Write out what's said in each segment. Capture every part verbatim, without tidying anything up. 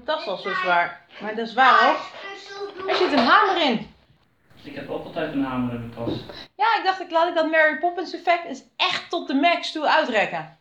tas al zo zwaar. Maar dat is waar hoor. Er zit een hamer in. Ik heb ook altijd een hamer in mijn tas. Ja, ik dacht ik laat ik dat Mary Poppins effect eens echt tot de max toe uitrekken.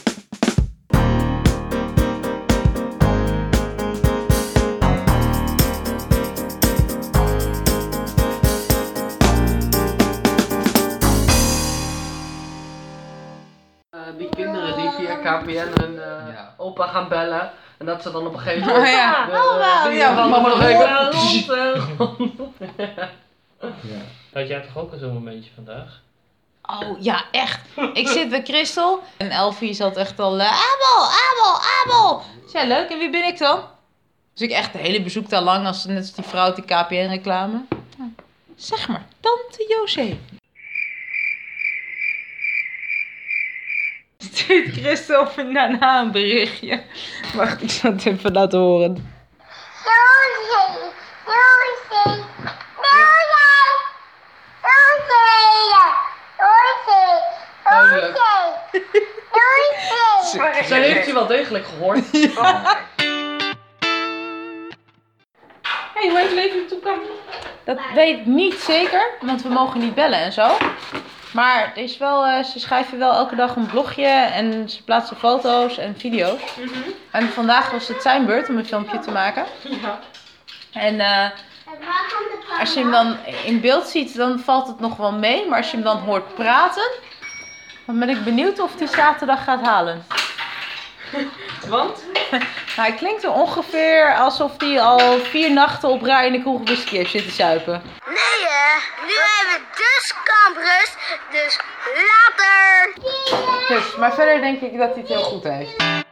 Die kinderen die via K P N hun uh, ja. opa gaan bellen. En dat ze dan op een gegeven moment... Oh ja, de, allemaal. de, Ja, van mama nog even... Ja. Had jij toch ook al zo'n momentje vandaag? Oh ja, echt. Ik zit bij Christel. En Elfie zat echt al... Uh, Abel, Abel, Abel. Is ja leuk. En wie ben ik dan? Dus ik echt de hele bezoektaal lang als net als die vrouw uit die K P N reclame. Nou, zeg maar, tante José. Stuurt Christel me daarna een berichtje. Wacht, ik zal het even laten horen. José, José, José, José, José, Zij heeft je wel degelijk gehoord. Ja. Hey, hoe heet leven in de toekomst? Dat weet ik niet zeker, want we mogen niet bellen en zo. Maar er is wel, uh, ze schrijven wel elke dag een blogje en ze plaatsen foto's en video's. Mm-hmm. En vandaag was het zijn beurt om een filmpje te maken. Ja. En uh, als je hem dan in beeld ziet, dan valt het nog wel mee. Maar als je hem dan hoort praten, dan ben ik benieuwd of hij zaterdag gaat halen. Want? Nou, hij klinkt er ongeveer alsof hij al vier nachten op rij in de kroeg whisky heeft zitten zuipen. Nee hè, nu hebben we dus kamprust, dus later! Dus, maar verder denk ik dat hij het heel goed heeft.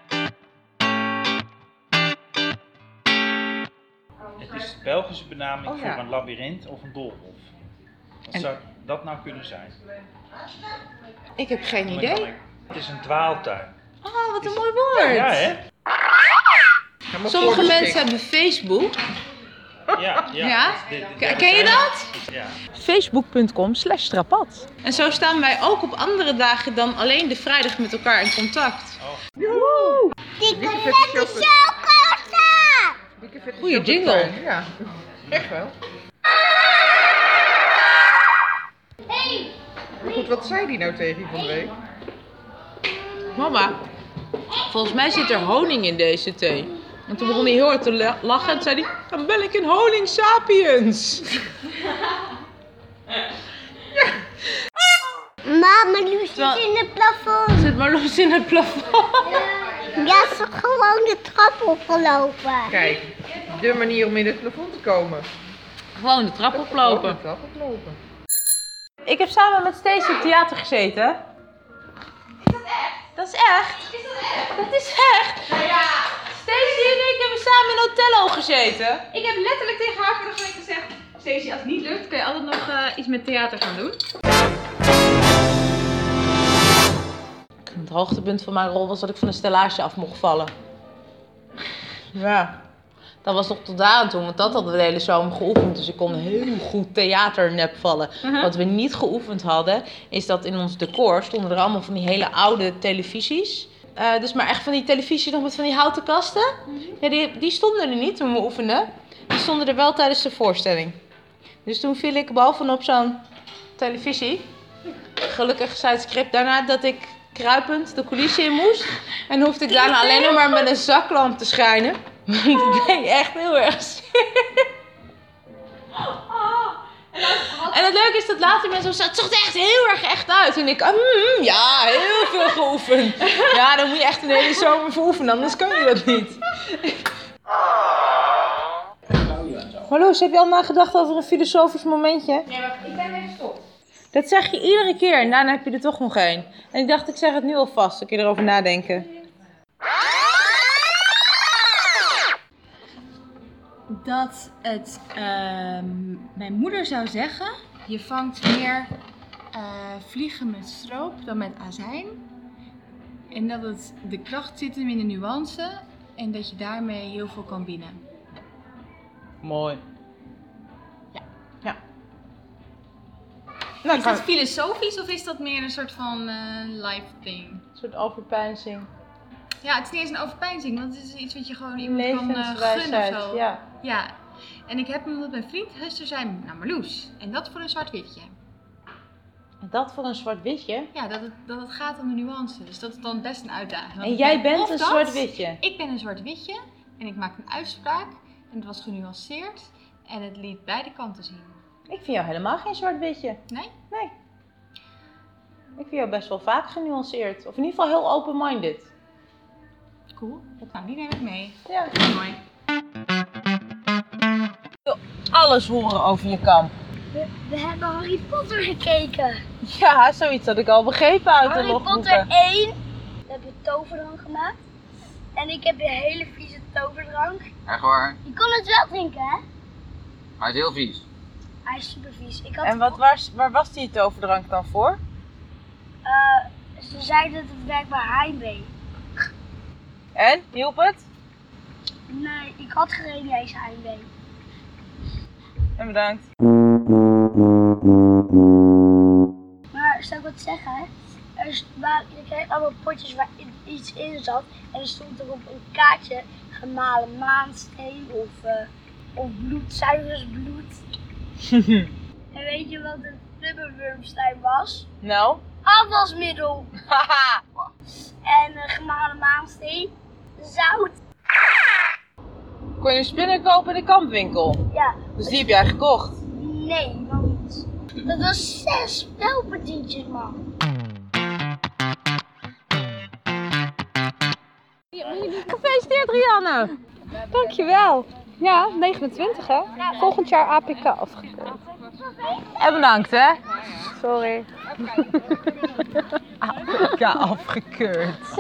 Het is de Belgische benaming oh, ja. voor een labyrint of een doolhof. Wat en... zou dat nou kunnen zijn? Ik heb geen idee. Ik... Het is een dwaaltuin. Oh, wat een is... mooi woord! Ja, hè? Sommige mensen hebben Facebook. Ja, ja. ja? De, de, de Ken je dat? Ja. Facebook punt com slash strapat. En zo staan wij ook op andere dagen dan alleen de vrijdag met elkaar in contact. Oh. Woehoe! Dikke vette chocolade! Goeie jingle. Ja, echt wel. Hey. Maar goed, wat zei die nou tegen je van de week? Mama, volgens mij zit er honing in deze thee. En toen begon hij heel hard te lachen en zei hij, dan ben ik een honing sapiens. Ja. Mama, Loes zit in het plafond. Zit maar Loes in het plafond? Ja, ze is gewoon de trap opgelopen. Kijk, de manier om in het plafond te komen. Gewoon de trap oplopen. De trap oplopen. Ik heb samen met Stacey op theater gezeten. Is dat echt? Dat is echt. Is dat echt? Dat is echt. Nou ja. Stacey en ik hebben samen in Otello gezeten. Ik heb letterlijk tegen haar vorige week gezegd, Stacey, als het niet lukt, kun je altijd nog uh, iets met theater gaan doen. Het hoogtepunt van mijn rol was dat ik van een stellage af mocht vallen. Ja. Dat was nog tot daar aan toe, want dat hadden we de hele zomer geoefend. Dus ik kon heel goed theaternep vallen. Uh-huh. Wat we niet geoefend hadden, is dat in ons decor stonden er allemaal van die hele oude televisies. Uh, dus maar echt van die televisies nog met van die houten kasten. Uh-huh. Ja, die, die stonden er niet toen we oefenden. Die stonden er wel tijdens de voorstelling. Dus toen viel ik bovenop zo'n televisie. Gelukkig zei het script daarna dat ik kruipend de coulissen in moest. En hoefde ik daarna alleen nog maar met een zaklamp te schijnen. Het deed echt heel erg zin. En het leuke is dat later mensen zeggen, het zag er echt heel erg echt uit. En ik, mm, ja, heel veel geoefend. Ja, dan moet je echt een hele zomer voor oefenen, anders kan je dat niet. Marloes, heb je al nagedacht over een filosofisch momentje? Nee, wacht, ik ben even gestopt. Dat zeg je iedere keer en daarna heb je er toch nog één. En ik dacht, ik zeg het nu alvast, dan kun je erover nadenken. Dat het, uh, mijn moeder zou zeggen, je vangt meer uh, vliegen met stroop dan met azijn. En dat het, de kracht zit hem in de nuance en dat je daarmee heel veel kan winnen. Mooi. Ja. Ja. Nou, is dat filosofisch of is dat meer een soort van uh, life thing? Een soort overpeinzing. Ja, het is niet eens een overpeinzing, want het is iets wat je gewoon iemand kan uh, gunnen Levenswijsheid, of zo. ja. Ja. En ik heb hem met mijn vriend Hester zei naar Marloes. En dat voor een zwart-witje. En dat voor een zwart-witje? Ja, dat het, dat het gaat om de nuance. Dus dat is dan best een uitdaging. Want En ik jij ben bent of een dat, zwart-witje? Ik ben een zwart-witje en ik maak een uitspraak. En het was genuanceerd en het liet beide kanten zien. Ik vind jou helemaal geen zwart-witje. Nee? Nee. Ik vind jou best wel vaak genuanceerd. Of in ieder geval heel open-minded. Cool. Nou, die neem ik mee. Ja. Mooi. Ik wil alles horen over je kamp. We, we hebben Harry Potter gekeken. Ja, zoiets had ik al begrepen uit de Harry logboeken. Potter één. We hebben toverdrank gemaakt. En ik heb een hele vieze toverdrank. Echt waar? Je kon het wel drinken, hè? Hij is heel vies. Hij is super vies. Ik had En wat was, waar was die toverdrank dan voor? Uh, ze zeiden dat het werkt bij heimwee. En? Hielp het? Nee, ik had geen eens heimwee. En bedankt. Maar zou ik wat zeggen? Hè? Er is, waar, je kreeg allemaal potjes waar in, iets in zat. En er stond er op een kaartje gemalen maansteen of, uh, of bloedzuigersbloed. En weet je wat een flubberwurmstein was? Nou? Afwasmiddel. Haha. En uh, gemalen maansteen. Zout. Kon je een spinner kopen in de kampwinkel? Ja. Dus die heb jij gekocht? Nee, want dat was zes spelpartietjes, man. Gefeliciteerd, Rianne! Dankjewel. Ja, negenentwintig hè? Volgend jaar A P K afgekeurd. En bedankt hè? Sorry. A P K afgekeurd.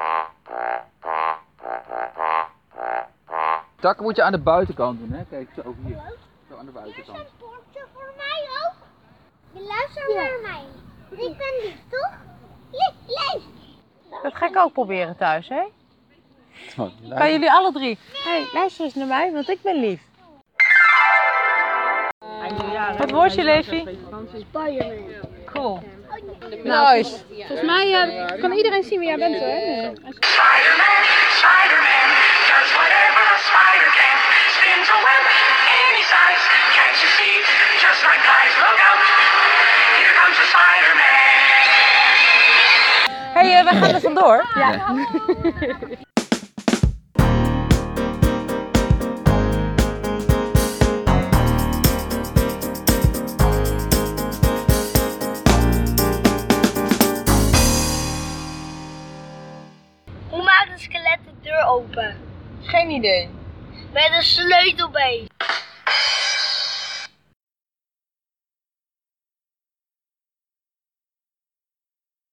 Takken moet je aan de buitenkant doen, hè? Kijk, zo hier. Zo aan de buitenkant. Een poortje voor mij ook. Je luistert naar mij. Ik ben lief, toch? Lief, lief. Dat ga ik ook proberen thuis, hè? Kan jullie alle drie? Hé, hey, luister eens naar mij, want ik ben lief. Wat wordt je, Levi? Spider-Man. Cool. Nou, Nice. volgens mij uh, kan iedereen zien wie jij bent hoor. Spider-Man, Spider-Man, does whatever a spider can. Spins a web any size, catches feet, just like flies. Look out, here comes the Spider-Man. Hé, hey, uh, wij gaan er vandoor. Ja. Hoe maakt een skelet de deur open? Geen idee. Met een sleutelbeen.